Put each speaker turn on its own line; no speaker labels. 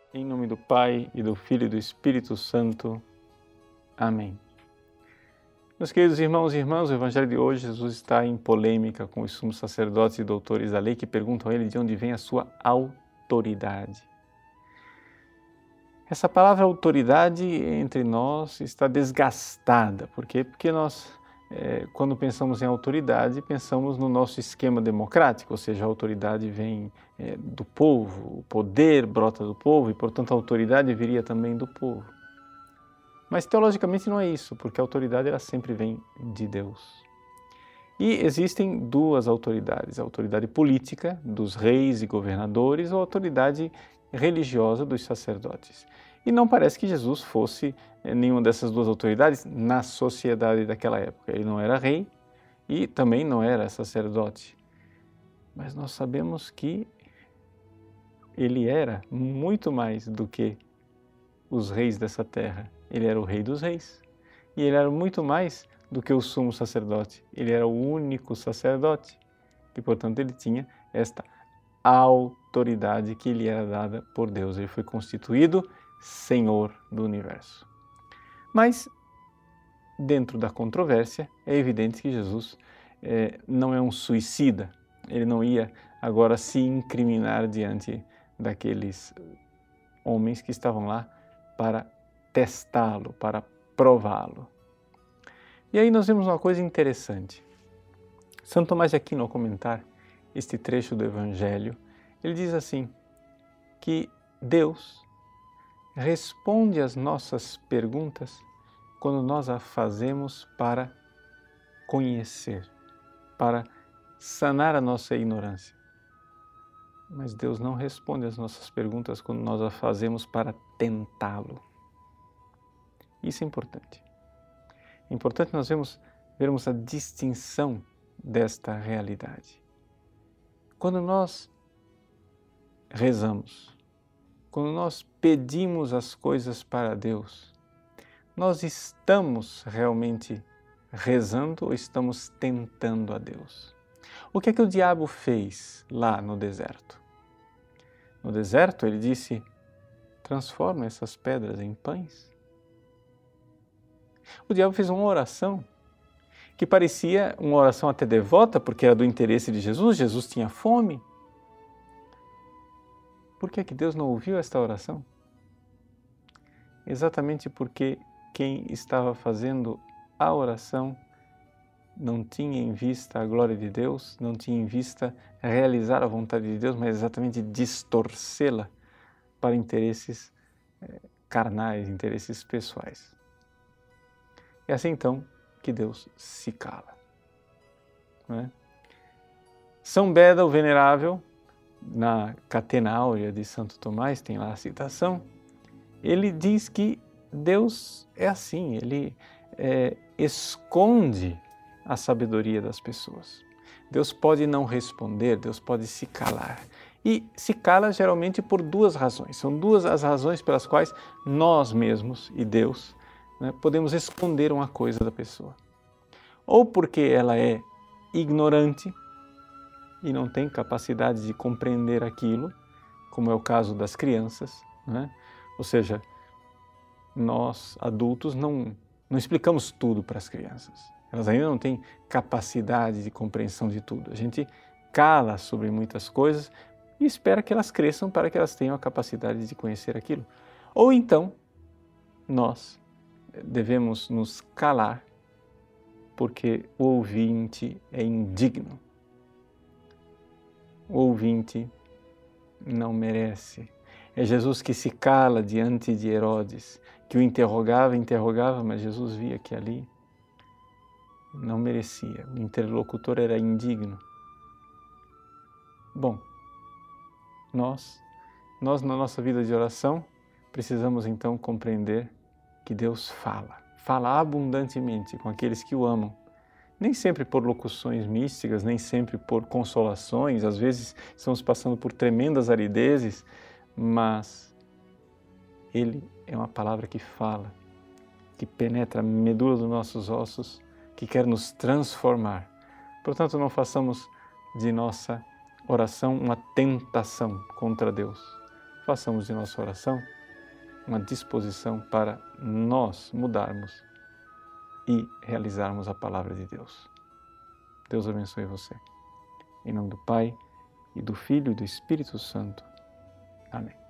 Em nome do Pai, e do Filho e do Espírito Santo. Amém. Meus queridos irmãos e irmãs, o Evangelho de hoje, Jesus está em polêmica com os sumos sacerdotes e doutores da lei que perguntam a ele de onde vem a sua autoridade. Essa palavra autoridade entre nós está desgastada. Por quê? Porque nós, quando pensamos em autoridade, pensamos no nosso esquema democrático, ou seja, a autoridade vem do povo, o poder brota do povo e, portanto, a autoridade viria também do povo. Mas teologicamente não é isso, porque a autoridade ela sempre vem de Deus. E existem duas autoridades, a autoridade política dos reis e governadores ou a autoridade religiosa dos sacerdotes. E não parece que Jesus fosse nenhuma dessas duas autoridades na sociedade daquela época. Ele não era rei e também não era sacerdote. Mas nós sabemos que ele era muito mais do que os reis dessa terra. Ele era o rei dos reis. E ele era muito mais do que o sumo sacerdote. Ele era o único sacerdote. E, portanto, ele tinha esta autoridade que lhe era dada por Deus. Ele foi constituído Senhor do universo. Mas, dentro da controvérsia, é evidente que Jesus não é um suicida. Ele não ia agora se incriminar diante daqueles homens que estavam lá para testá-lo, para prová-lo. E aí nós vemos uma coisa interessante. Santo Tomás de Aquino, ao comentar este trecho do Evangelho, ele diz assim, que Deus responde às nossas perguntas quando nós a fazemos para conhecer, para sanar a nossa ignorância. Mas Deus não responde às nossas perguntas quando nós a fazemos para tentá-lo. Isso é importante. É importante nós vermos a distinção desta realidade. Quando nós rezamos, quando nós pedimos as coisas para Deus, nós estamos realmente rezando ou estamos tentando a Deus? O que é que o diabo fez lá no deserto? No deserto ele disse, transforma essas pedras em pães. O diabo fez uma oração que parecia uma oração até devota, porque era do interesse de Jesus, Jesus tinha fome. Por que Deus não ouviu esta oração? Exatamente porque quem estava fazendo a oração não tinha em vista a glória de Deus, não tinha em vista realizar a vontade de Deus, mas exatamente distorcê-la para interesses carnais, interesses pessoais. É assim então que Deus se cala. Não é? São Beda, o Venerável, na Catena Áurea de Santo Tomás, tem lá a citação, ele diz que Deus é assim, ele esconde a sabedoria das pessoas. Deus pode não responder, Deus pode se calar. E se cala geralmente por duas razões. São duas as razões pelas quais nós mesmos e Deus podemos esconder uma coisa da pessoa. Ou porque ela é ignorante e não tem capacidade de compreender aquilo, como é o caso das crianças, né? Ou seja, nós adultos não explicamos tudo para as crianças. Elas ainda não têm capacidade de compreensão de tudo. A gente cala sobre muitas coisas e espera que elas cresçam para que elas tenham a capacidade de conhecer aquilo. Ou então, nós devemos nos calar porque o ouvinte é indigno. O ouvinte não merece. É Jesus que se cala diante de Herodes, que o interrogava, mas Jesus via que ali não merecia. O interlocutor era indigno. Bom, nós na nossa vida de oração precisamos então compreender que Deus fala abundantemente com aqueles que o amam. Nem sempre por locuções místicas, nem sempre por consolações, às vezes estamos passando por tremendas aridezes, mas Ele é uma palavra que fala, que penetra a medula dos nossos ossos, que quer nos transformar. Portanto, não façamos de nossa oração uma tentação contra Deus. façamos de nossa oração uma disposição para nós mudarmos e realizarmos a palavra de Deus. Deus abençoe você. Em nome do Pai, e do Filho e do Espírito Santo. Amém.